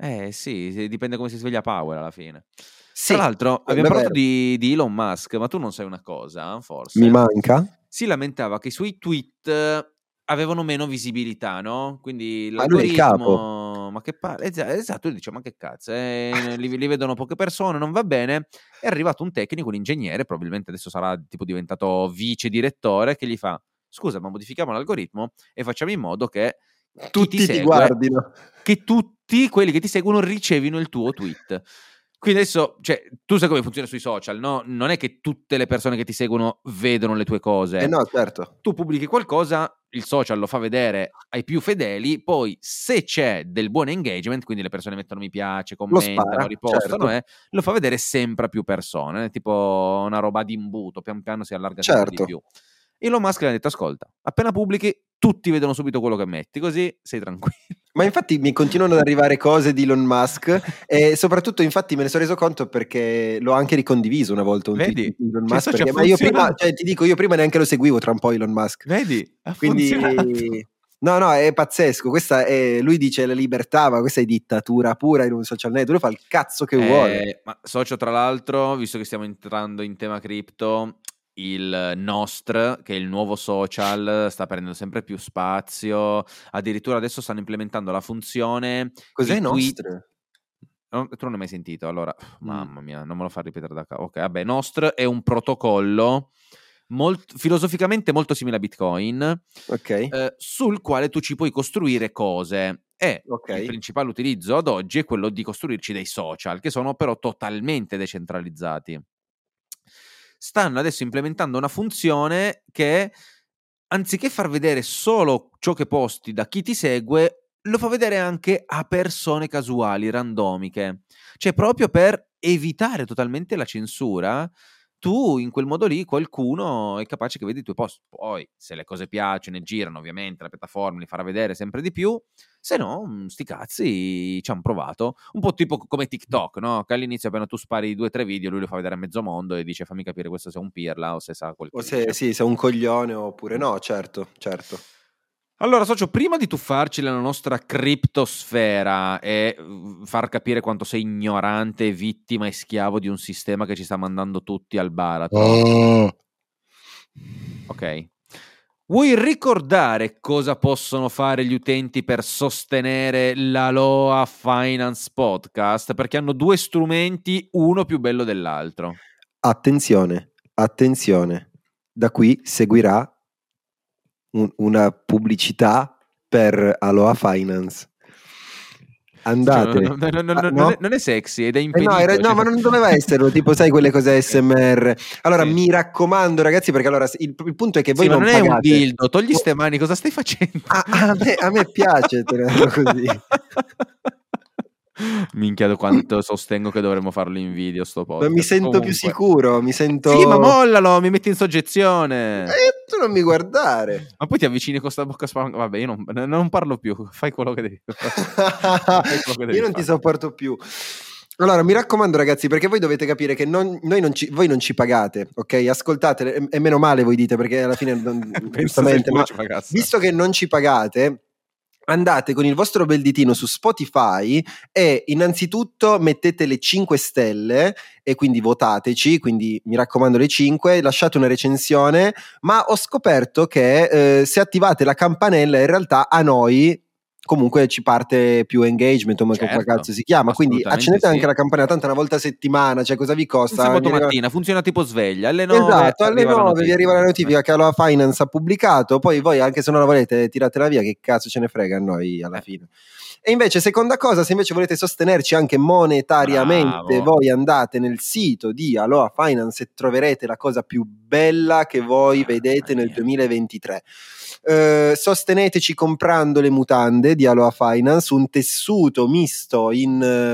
Sì, dipende come si sveglia Power alla fine. Sì, tra l'altro abbiamo parlato di Elon Musk, ma tu non sai una cosa, forse? Mi manca? Si lamentava che i suoi tweet avevano meno visibilità, no? Quindi l'algoritmo... Ma che esatto, lui dice, ma che cazzo, li vedono poche persone, non va bene. È arrivato un tecnico, un ingegnere, probabilmente adesso sarà tipo diventato vice direttore, che gli fa: scusa, ma modifichiamo l'algoritmo e facciamo in modo che tutti ti guardino, che tutti quelli che ti seguono ricevino il tuo tweet. Quindi adesso, cioè, tu sai come funziona sui social, no? Non è che tutte le persone che ti seguono vedono le tue cose. No, certo. Tu pubblichi qualcosa, il social lo fa vedere ai più fedeli, poi se c'è del buon engagement, quindi le persone mettono mi piace, commentano, ripostano, certo. Lo fa vedere sempre a più persone, tipo una roba di imbuto, pian piano si allarga sempre di più. Elon Musk le ha detto: ascolta, appena pubblichi tutti vedono subito quello che metti, così sei tranquillo. Ma infatti mi continuano ad arrivare cose di Elon Musk e soprattutto infatti me ne sono reso conto perché l'ho anche ricondiviso una volta un tweet di Elon Musk, perché, ma io prima, cioè, ti dico, io prima neanche lo seguivo, tra un po' Elon Musk. Vedi? Quindi no, è pazzesco. Questa è, lui dice la libertà, ma questa è dittatura pura in un social network. Lui fa il cazzo che vuole. Ma socio, tra l'altro, visto che stiamo entrando in tema cripto, il Nostr, che è il nuovo social, sta prendendo sempre più spazio, addirittura adesso stanno implementando la funzione Cos'è il tweet. Nostr? Tu non hai mai sentito? Allora, mamma mia, non me lo fa ripetere da capo. Ok, vabbè, Nostr è un protocollo filosoficamente molto simile a Bitcoin, Ok. sul quale tu ci puoi costruire cose. E il Ok. principale utilizzo ad oggi è quello di costruirci dei social, che sono però totalmente decentralizzati. Stanno adesso implementando una funzione che, anziché far vedere solo ciò che posti da chi ti segue, lo fa vedere anche a persone casuali, randomiche. Cioè, proprio per evitare totalmente la censura, tu in quel modo lì qualcuno è capace che vedi i tuoi post. Poi, se le cose piacciono e girano, ovviamente la piattaforma li farà vedere sempre di più. Se no, sti cazzi ci hanno provato. Un po' tipo come TikTok, no? Che all'inizio appena tu spari 2 o 3 video, lui lo fa vedere a mezzo mondo e dice fammi capire questo se è un pirla o se sa quel O che se dice. sì, se è un coglione oppure no, certo, certo. Allora, socio, prima di tuffarci nella nostra criptosfera e far capire quanto sei ignorante, vittima e schiavo di un sistema che ci sta mandando tutti al baratro, ok? Vuoi ricordare cosa possono fare gli utenti per sostenere l'Aloha Finance Podcast? Perché hanno 2 strumenti, uno più bello dell'altro. Attenzione, attenzione. Da qui seguirà una pubblicità per Aloha Finance. Andate. No? Non è sexy ed è No, impedito. no, ma non doveva esserlo, tipo sai quelle cose Ok. ASMR. Allora Sì. mi raccomando ragazzi, perché allora il punto è che Sì, voi ma non non è un pagate. dildo, togli ste mani, cosa stai facendo? A me piace tenerlo così. Minchia, quanto sostengo che dovremmo farlo in video sto Ma mi podcast. sento più Comunque. sicuro, mi Sì, ma sento. mollalo, mi metti in soggezione. Tu non mi guardare. Ma poi ti avvicini con sta bocca spalanca. Vabbè, io non parlo più, fai quello che devi fare. Fai quello che Io devi non ti fare. sopporto più. Allora, mi raccomando ragazzi, perché voi dovete capire che voi non ci pagate, ok? Ascoltate, e meno male voi dite, perché alla fine, Penso se giustamente, pure ma ci pagassero. visto che non ci pagate, andate con il vostro bel ditino su Spotify e innanzitutto mettete le 5 stelle e quindi votateci, quindi mi raccomando le 5, lasciate una recensione, ma ho scoperto che se attivate la campanella in realtà a noi comunque ci parte più engagement, o come Certo, cazzo si chiama, quindi assolutamente accendete anche sì. la campanella tanto una volta a settimana, cioè cosa vi Un costa? sabato mattina, funziona tipo sveglia, alle 9 Esatto, alle arriva la 9 vi arriva notifica. la notifica che Aloha Finance ha pubblicato, poi voi anche se non la volete tiratela via, che cazzo ce ne frega a noi alla fine. E invece, seconda cosa, se invece volete sostenerci anche monetariamente, Bravo. voi andate nel sito di Aloha Finance e troverete la cosa più bella che voi vedete nel 2023. Sosteneteci comprando le mutande di Aloha Finance, un tessuto misto in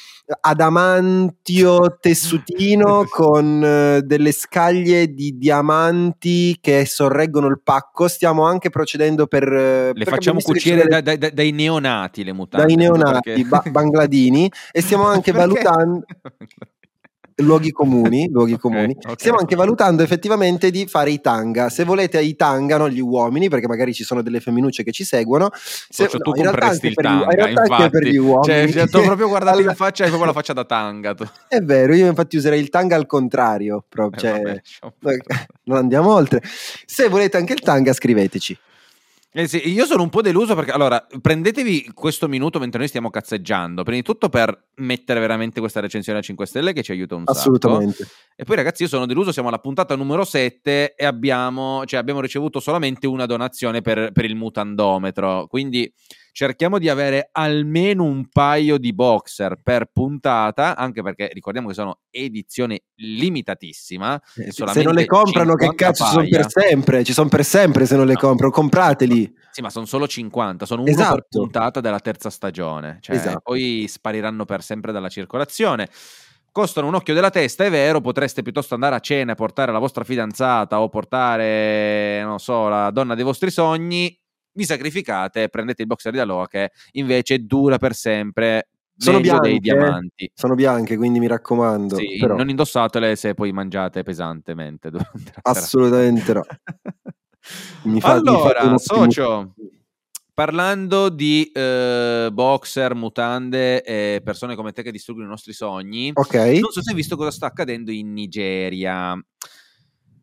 adamantio tessutino con delle scaglie di diamanti che sorreggono il pacco. Stiamo anche procedendo Le perché abbiamo facciamo visto che ci sono cucire dai neonati le dai mutande, proprio perché neonati bangladini, e stiamo anche perché? valutando luoghi comuni, Ok. stiamo anche valutando effettivamente di fare i tanga. Se volete i tanga, non gli uomini, perché magari ci sono delle femminucce che ci seguono. Socio, No, tu in realtà compreresti anche il per in tanga, realtà anche per infatti. gli uomini. Cioè, ti ho proprio guardato in faccia e hai proprio la faccia da tanga tu. È vero, io infatti userei il tanga al contrario, Vabbè, cioè, lasciamo perdere. non andiamo oltre. Se volete anche il tanga, scriveteci. Sì, io sono un po' deluso perché, allora, prendetevi questo minuto mentre noi stiamo cazzeggiando, prima di tutto per mettere veramente questa recensione a 5 stelle che ci aiuta un sacco, Assolutamente. e poi ragazzi io sono deluso, siamo alla puntata numero 7 e abbiamo ricevuto solamente una donazione per il mutandometro, quindi cerchiamo di avere almeno un paio di boxer per puntata, anche perché ricordiamo che sono edizione limitatissima, Se non le solamente comprano, che 50 cazzo, ci sono per paia. sempre, ci sono per sempre se non le No. comprano, comprateli. Sì, ma sono solo 50, sono uno per Esatto, puntata della terza stagione, cioè esatto. poi spariranno per sempre dalla circolazione. Costano un occhio della testa, è vero, potreste piuttosto andare a cena e portare la vostra fidanzata o portare, non so, la donna dei vostri sogni, vi sacrificate e prendete il boxer di Aloha che invece dura per sempre, Sono meglio dei bianche, diamanti. sono bianche, quindi mi raccomando, Sì, però non indossatele se poi mangiate pesantemente durante la serata. assolutamente no. Mi fate un Allora, ottimo. socio, parlando di boxer, mutande e persone come te che distruggono i nostri sogni, Ok. non so se hai visto cosa sta accadendo in Nigeria.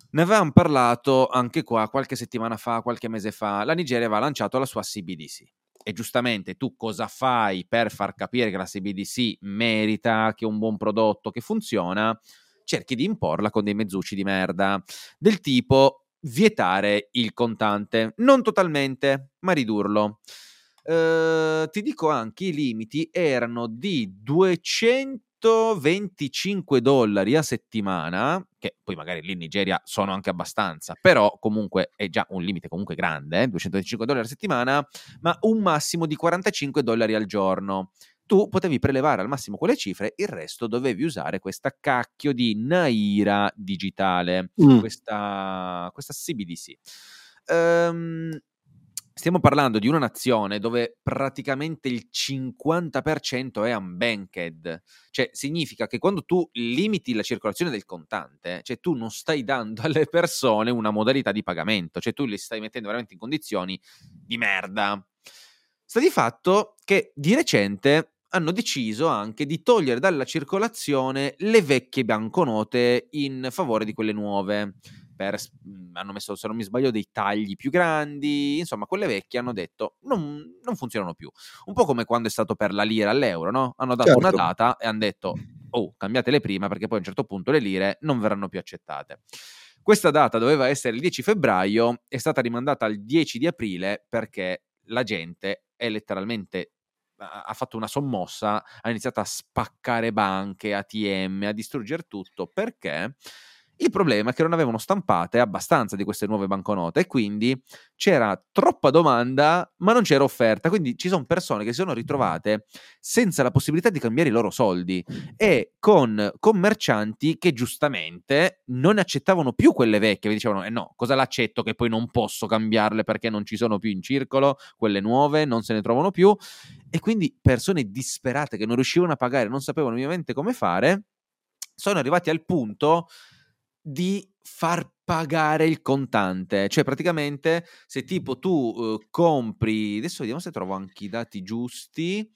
Ne avevamo parlato anche qua qualche settimana fa, qualche mese fa. La Nigeria aveva lanciato la sua CBDC. E giustamente tu cosa fai per far capire che la CBDC merita, che è un buon prodotto, che funziona? Cerchi di imporla con dei mezzucci di merda, del tipo vietare il contante. Non totalmente, ma ridurlo. Ti dico anche i limiti erano di $225 a settimana, che poi magari lì in Nigeria sono anche abbastanza, però comunque è già un limite comunque grande, $225 a settimana, ma un massimo di $45 al giorno. Tu potevi prelevare al massimo quelle cifre, il resto dovevi usare questa cacchio di Naira digitale, questa CBDC. Stiamo parlando di una nazione dove praticamente il 50% è unbanked, cioè significa che quando tu limiti la circolazione del contante, cioè tu non stai dando alle persone una modalità di pagamento, cioè tu li stai mettendo veramente in condizioni di merda. Sta di fatto che di recente hanno deciso anche di togliere dalla circolazione le vecchie banconote in favore di quelle nuove. Hanno messo, se non mi sbaglio, dei tagli più grandi, insomma quelle vecchie hanno detto non funzionano più, un po' come quando è stato per la lira all'euro, no? Hanno dato una data e hanno detto cambiatele prima perché poi a un certo punto le lire non verranno più accettate. Questa data doveva essere il 10 febbraio, è stata rimandata al 10 di aprile perché la gente è letteralmente ha fatto una sommossa, ha iniziato a spaccare banche, ATM, a distruggere tutto, perché il problema è che non avevano stampate abbastanza di queste nuove banconote e quindi c'era troppa domanda ma non c'era offerta, quindi ci sono persone che si sono ritrovate senza la possibilità di cambiare i loro soldi e con commercianti che giustamente non accettavano più quelle vecchie, dicevano no, cosa l'accetto che poi non posso cambiarle perché non ci sono più in circolo, quelle nuove non se ne trovano più, e quindi persone disperate che non riuscivano a pagare, non sapevano ovviamente come fare, sono arrivati al punto di far pagare il contante, cioè praticamente se tipo tu compri, adesso vediamo se trovo anche i dati giusti,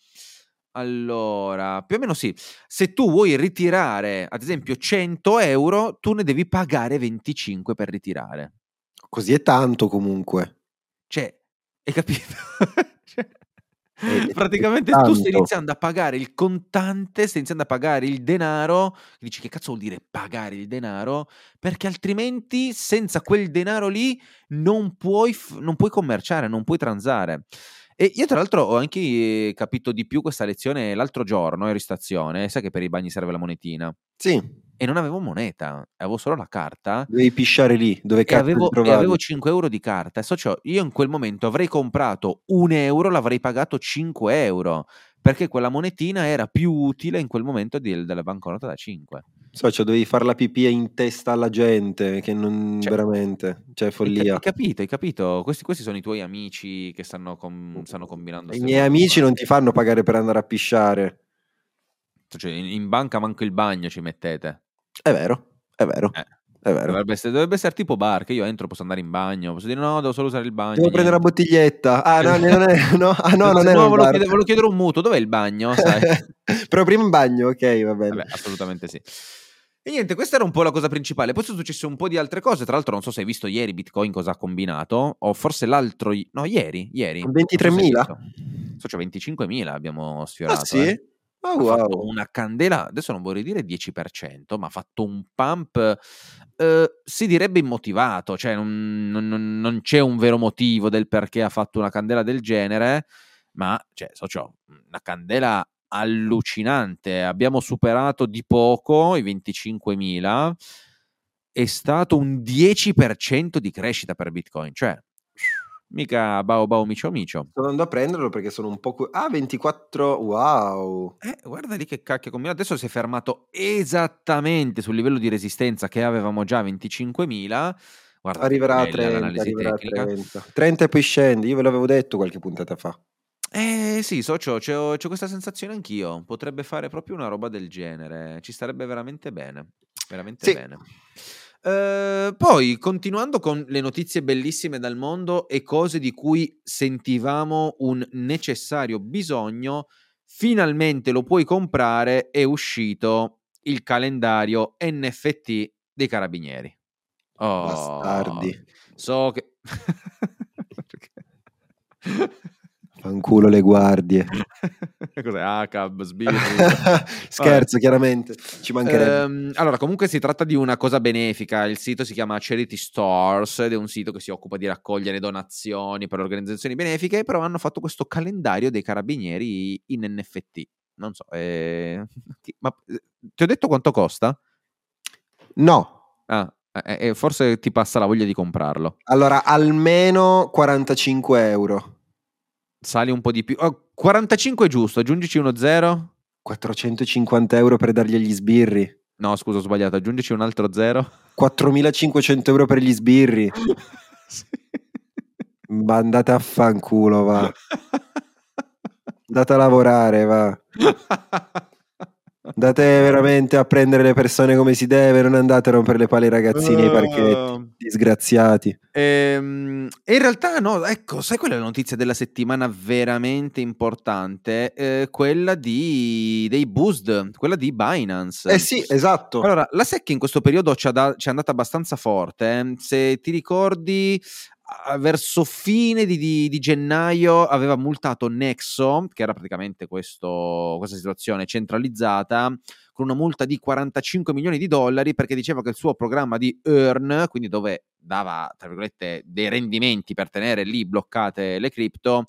allora più o meno sì, se tu vuoi ritirare ad esempio 100 euro tu ne devi pagare 25 per ritirare. Così è tanto comunque. Cioè, hai capito? Cioè, È praticamente tu stai tanto. iniziando a pagare il contante, stai iniziando a pagare il denaro, dici che cazzo vuol dire pagare il denaro? Perché altrimenti senza quel denaro lì non puoi commerciare, non puoi transare. E io tra l'altro ho anche capito di più questa lezione l'altro giorno, ero in stazione, sai che per i bagni serve la monetina? Sì. E non avevo moneta, avevo solo la carta. Devi pisciare lì, dove E cazzo li avevo trovavi? 5 euro di carta. E socio, io in quel momento avrei comprato 1 euro, l'avrei pagato 5 euro, perché quella monetina era più utile in quel momento della banconota da 5. Socio, dovevi far la pipì in testa alla gente, che non Cioè, veramente, cioè hai follia. capito, hai capito? Questi sono i tuoi amici che stanno combinando I queste miei cose amici qua. non ti fanno pagare per andare a pisciare. Cioè, in banca manco il bagno ci mettete. È vero, è vero, Eh. è vero. Dovrebbe essere tipo bar, che io entro, posso andare in bagno, posso dire no, devo solo usare il bagno, Devo prendere la niente. bottiglietta. Ah, no, non è, no, ah, no, non è No, nel bar. volevo chiedere un mutuo, dov'è il bagno, sai? Però prima in bagno, ok, va bene. Vabbè, assolutamente sì. E niente, questa era un po' la cosa principale. Poi sono successe un po' di altre cose. Tra l'altro, non so se hai visto ieri Bitcoin cosa ha combinato, o forse l'altro. No, ieri. Con Non so se hai 23.000? visto. So, cioè 25.000 abbiamo Ah sfiorato, sì? eh. Ah Ha fatto wow. una candela, adesso non vorrei dire 10%, ma ha fatto un pump, si direbbe immotivato, cioè non c'è un vero motivo del perché ha fatto una candela del genere, ma, cioè, socio, una candela allucinante. Abbiamo superato di poco i 25.000, è stato un 10% di crescita per Bitcoin, cioè mica bao bao micio micio. Sto andando a prenderlo perché sono un po'... Ah, 24... Wow. Guarda lì che cacchio combinato. Adesso si è fermato esattamente sul livello di resistenza che avevamo già 25.000. Guarda che Arriverà a bella 30, l'analisi arriverà a tecnica. 30. 30 e poi scende, io ve l'avevo detto qualche puntata fa. Sì, socio, c'ho questa sensazione anch'io. Potrebbe fare proprio una roba del genere. Ci starebbe veramente bene. Veramente Sì. bene. Poi, continuando con le notizie bellissime dal mondo e cose di cui sentivamo un necessario bisogno, finalmente lo puoi comprare, è uscito il calendario NFT dei Carabinieri. Oh, Bastardi. so che... Fanculo le guardie. Cos'è? ACAB, sbirri. Vabbè. Scherzo, chiaramente, ci mancherebbe. Allora, comunque si tratta di una cosa benefica. Il sito si chiama Charity Stars ed è un sito che si occupa di raccogliere donazioni per organizzazioni benefiche, però hanno fatto questo calendario dei carabinieri in NFT. Non so, ma ti ho detto quanto costa? No. Forse ti passa la voglia di comprarlo. Allora, almeno 45 euro. Sali un po' di più. 45 è giusto, aggiungici uno 0. 450 euro per dargli agli sbirri. No, scusa, ho sbagliato, aggiungici un altro 0. 4.500 euro per gli sbirri. Sì. Ma andate a fanculo, va. Andate a lavorare, va. Andate veramente a prendere le persone come si deve, non andate a rompere le palle ai ragazzini ai parchetti, disgraziati. In realtà no, ecco, sai qual è la notizia della settimana veramente importante? Quella dei Boozed, quella di Binance. Eh sì, esatto. Allora, la SEC in questo periodo ci è andata abbastanza forte. Se ti ricordi, verso fine di gennaio aveva multato Nexo, che era praticamente questa situazione centralizzata, con una multa di 45 milioni di dollari perché diceva che il suo programma di earn, quindi dove dava, tra virgolette, dei rendimenti per tenere lì bloccate le cripto,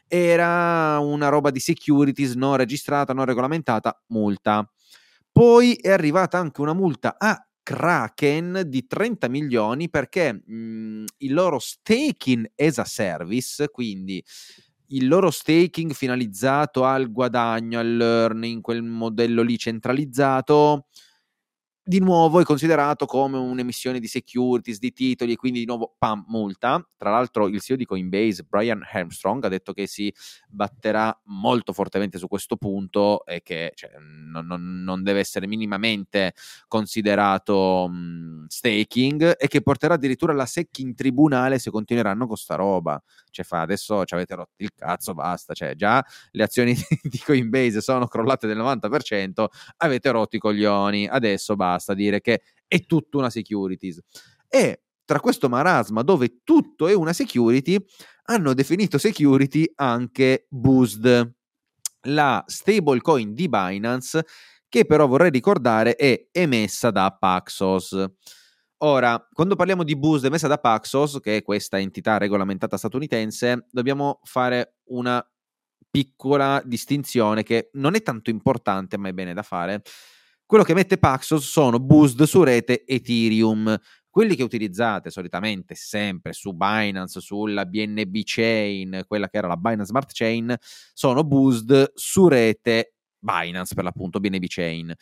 era una roba di securities non registrata, non regolamentata, multa. Poi è arrivata anche una multa a Kraken di 30 milioni perché il loro staking as a service, quindi il loro staking finalizzato al guadagno, all'earning, quel modello lì centralizzato, di nuovo è considerato come un'emissione di securities, di titoli, e quindi di nuovo pam, multa. Tra l'altro il CEO di Coinbase, Brian Armstrong, ha detto che si batterà molto fortemente su questo punto e che non deve essere minimamente considerato staking e che porterà addirittura la SEC in tribunale se continueranno con sta roba. Cioè adesso ci avete rotto il cazzo, basta, cioè già le azioni di Coinbase sono crollate del 90%, avete rotto i coglioni, adesso basta dire che è tutto una securities. E tra questo marasma dove tutto è una security, hanno definito security anche Boozed, la stablecoin di Binance, che però vorrei ricordare è emessa da Paxos. Ora, quando parliamo di Boozed emessa da Paxos, che è questa entità regolamentata statunitense, dobbiamo fare una piccola distinzione che non è tanto importante, ma è bene da fare. Quello che mette Paxos sono Boozed su rete Ethereum. Quelli che utilizzate solitamente sempre su Binance, sulla BNB Chain, quella che era la Binance Smart Chain, sono Boozed su rete Binance, per l'appunto BNB Chain.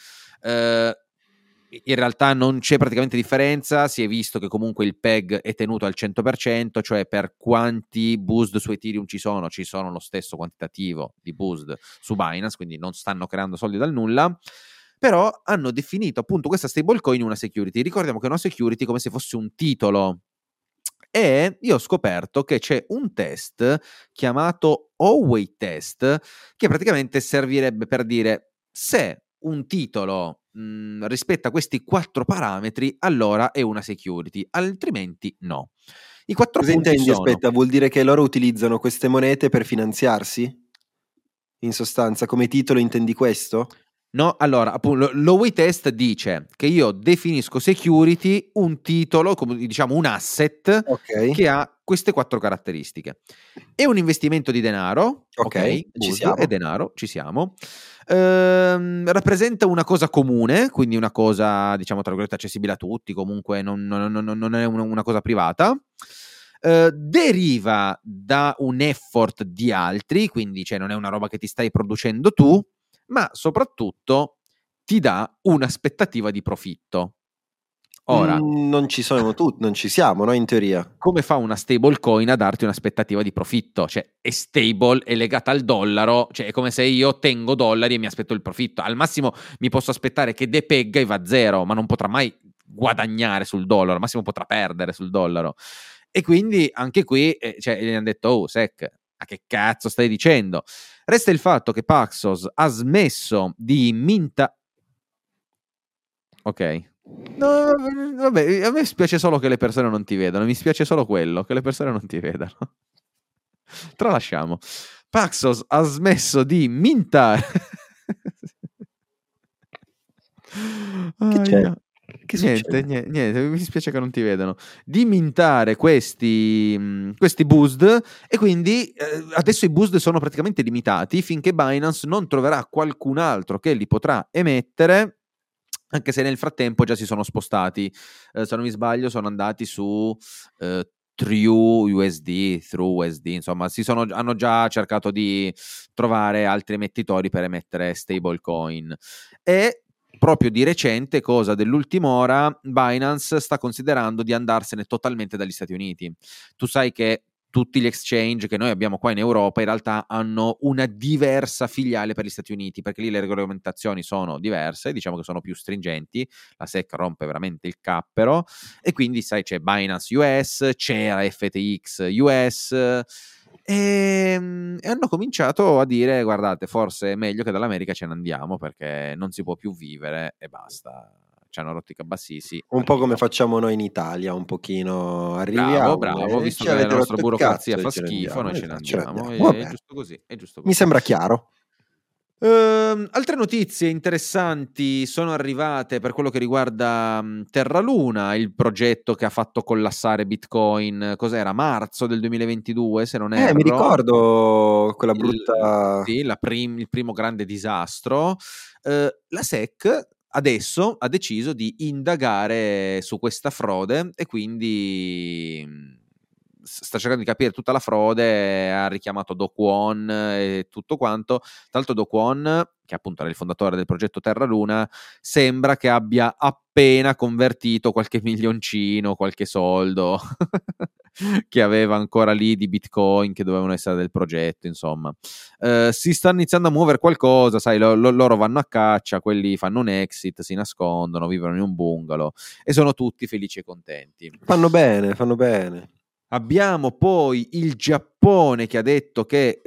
In realtà non c'è praticamente differenza, si è visto che comunque il PEG è tenuto al 100%, cioè per quanti Boozed su Ethereum ci sono lo stesso quantitativo di Boozed su Binance, quindi non stanno creando soldi dal nulla, però hanno definito appunto questa stablecoin una security. Ricordiamo che è una security come se fosse un titolo. E io ho scoperto che c'è un test chiamato Howey test che praticamente servirebbe per dire se un titolo rispetta questi 4 parametri, allora è una security, altrimenti no. I 4 Cosa punti intendi? sono: Aspetta, vuol dire che loro utilizzano queste monete per finanziarsi? In sostanza, come titolo intendi questo? no, allora, appunto, l'Howey test dice che io definisco security un titolo, come diciamo un asset, Ok, che ha queste 4 caratteristiche. È un investimento di denaro, ok, ci Boozed, è siamo. denaro, ci siamo. Rappresenta una cosa comune, quindi una cosa, diciamo, tra virgolette, accessibile a tutti, comunque non è una cosa privata. Deriva da un effort di altri, quindi cioè, non è una roba che ti stai producendo tu, ma soprattutto ti dà un'aspettativa di profitto. Ora, Non ci sono tutti, non ci siamo, no? In teoria. come fa una stablecoin a darti un'aspettativa di profitto? Cioè, è stable, è legata al dollaro, cioè è come se io tengo dollari e mi aspetto il profitto. Al massimo mi posso aspettare che depegga e va a zero, ma non potrà mai guadagnare sul dollaro, al massimo potrà perdere sul dollaro. E quindi anche qui cioè, gli hanno detto, oh, SEC, ma che cazzo stai dicendo? Resta il fatto che Paxos ha smesso di minta... Ok. No, vabbè, a me spiace solo che le persone non ti vedano, mi spiace solo quello, che le persone non ti vedano. Tralasciamo. Paxos ha smesso di mintare. Che c'è? Che Niente, succede? niente, mi dispiace che non ti vedano. Di mintare questi boost, e quindi adesso i boost sono praticamente limitati finché Binance non troverà qualcun altro che li potrà emettere, anche se nel frattempo già si sono spostati. Se non mi sbaglio sono andati su True USD, insomma hanno già cercato di trovare altri emettitori per emettere stablecoin. E proprio di recente, cosa dell'ultima ora, Binance sta considerando di andarsene totalmente dagli Stati Uniti. Tu sai che tutti gli exchange che noi abbiamo qua in Europa in realtà hanno una diversa filiale per gli Stati Uniti, perché lì le regolamentazioni sono diverse, diciamo che sono più stringenti, la SEC rompe veramente il cappero, e quindi sai c'è Binance US, c'era FTX US, e hanno cominciato a dire guardate, forse è meglio che dall'America ce ne andiamo perché non si può più vivere e basta. Ci hanno rotti i cabassisi. Un po' come addio. facciamo noi in Italia, un pochino Bravo, arriviamo, visto ci che la avete nostra rotto il burocrazia cazzo e fa ce ne schifo, andiamo. noi ce ne Esatto, ce ne andiamo. andiamo. È Vabbè, giusto così, è giusto mi così. sembra chiaro. Altre notizie interessanti sono arrivate per quello che riguarda Terra Luna, il progetto che ha fatto collassare Bitcoin, cos'era? Marzo del 2022, se non Mi erro. ricordo quella brutta... Sì, il primo grande disastro. La SEC adesso ha deciso di indagare su questa frode e quindi sta cercando di capire tutta la frode, ha richiamato Do Kwon e tutto quanto. Tra l'altro Do Kwon, che appunto era il fondatore del progetto Terra Luna, sembra che abbia appena convertito qualche milioncino, qualche soldo che aveva ancora lì di Bitcoin che dovevano essere del progetto, insomma. Si sta iniziando a muovere qualcosa, sai, loro vanno a caccia, quelli fanno un exit, si nascondono, vivono in un bungalow e sono tutti felici e contenti. Fanno bene, fanno bene. Abbiamo poi il Giappone che ha detto che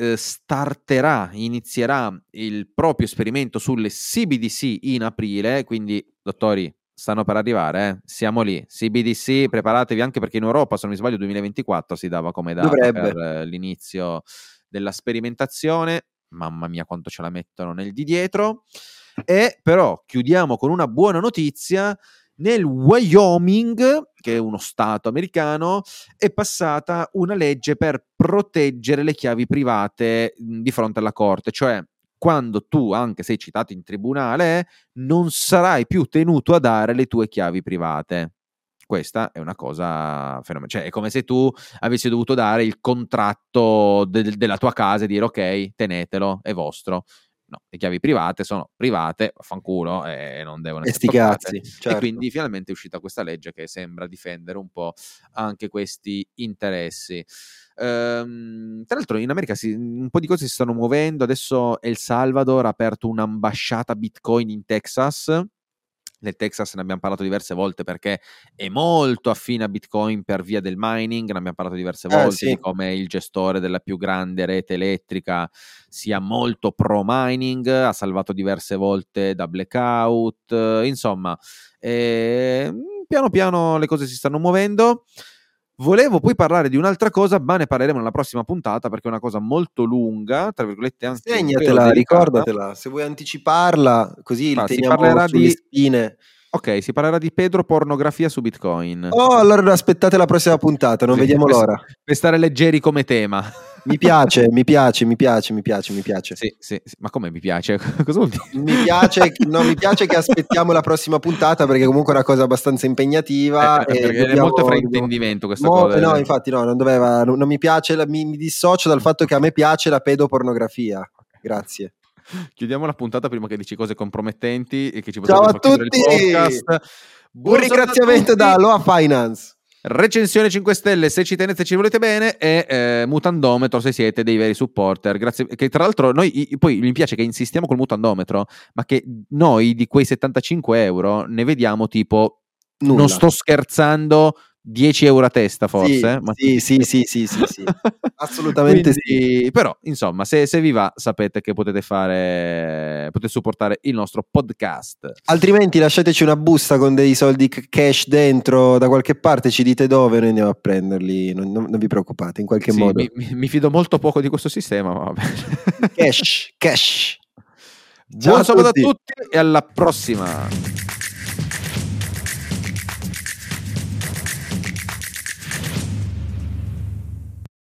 inizierà il proprio esperimento sulle CBDC in aprile, quindi dottori stanno per arrivare, siamo lì, CBDC, preparatevi anche perché in Europa, se non mi sbaglio 2024 si dava come data per Dovrebbe. l'inizio della sperimentazione, mamma mia quanto ce la mettono nel di dietro. E però chiudiamo con una buona notizia. Nel Wyoming, che è uno stato americano, è passata una legge per proteggere le chiavi private di fronte alla corte, cioè quando tu anche sei citato in tribunale non sarai più tenuto a dare le tue chiavi private. Questa è una cosa fenomenale, cioè è come se tu avessi dovuto dare il contratto della tua casa e dire ok, tenetelo, è vostro. No, le chiavi private sono private, vaffanculo, e non devono E essere sti toccate. cazzi, E certo. quindi finalmente è uscita questa legge che sembra difendere un po' anche questi interessi. Tra l'altro in America un po' di cose si stanno muovendo. Adesso El Salvador ha aperto un'ambasciata Bitcoin in Texas. Nel Texas ne abbiamo parlato diverse volte perché è molto affine a Bitcoin per via del mining, ne abbiamo parlato diverse volte Sì. di come il gestore della più grande rete elettrica sia molto pro mining, ha salvato diverse volte da blackout, insomma, piano piano le cose si stanno muovendo. Volevo poi parlare di un'altra cosa, ma ne parleremo nella prossima puntata perché è una cosa molto lunga, tra virgolette anche un pelo Segnatela, delicata. ricordatela, se vuoi anticiparla, così il Si teniamo parlerà sulle di spine. Ok, si parlerà di pedopornografia su Bitcoin. Oh, allora aspettate la prossima puntata, non Così, vediamo l'ora. per stare leggeri come tema. Mi piace, mi piace, mi piace, mi piace, mi piace. Sì. Ma come mi piace? Cosa vuol dire? Mi piace che aspettiamo la prossima puntata perché comunque è una cosa abbastanza impegnativa e Perché è molto fraintendimento questa cosa. No, infatti no, non doveva, non mi piace, mi dissocio dal fatto che a me piace la pedopornografia. Grazie. Chiudiamo la puntata prima che dici cose compromettenti e che ci Ciao potrebbero a far chiudere il tutti! podcast. Un ringraziamento da Loa Finance. Recensione 5 stelle se ci tenete, ci volete bene, e mutandometro se siete dei veri supporter. Grazie, che tra l'altro noi poi mi piace che insistiamo col mutandometro, ma che noi di quei 75 euro ne vediamo tipo, nulla. Non sto scherzando, 10 euro a testa forse. Sì. Assolutamente Quindi, però, insomma, se vi va, sapete che potete supportare il nostro podcast. Altrimenti lasciateci una busta con dei soldi cash dentro da qualche parte, ci dite dove, noi andiamo a prenderli, non vi preoccupate, in qualche modo. Mi fido molto poco di questo sistema, ma va bene. Cash. Buon sabato a tutti e alla prossima.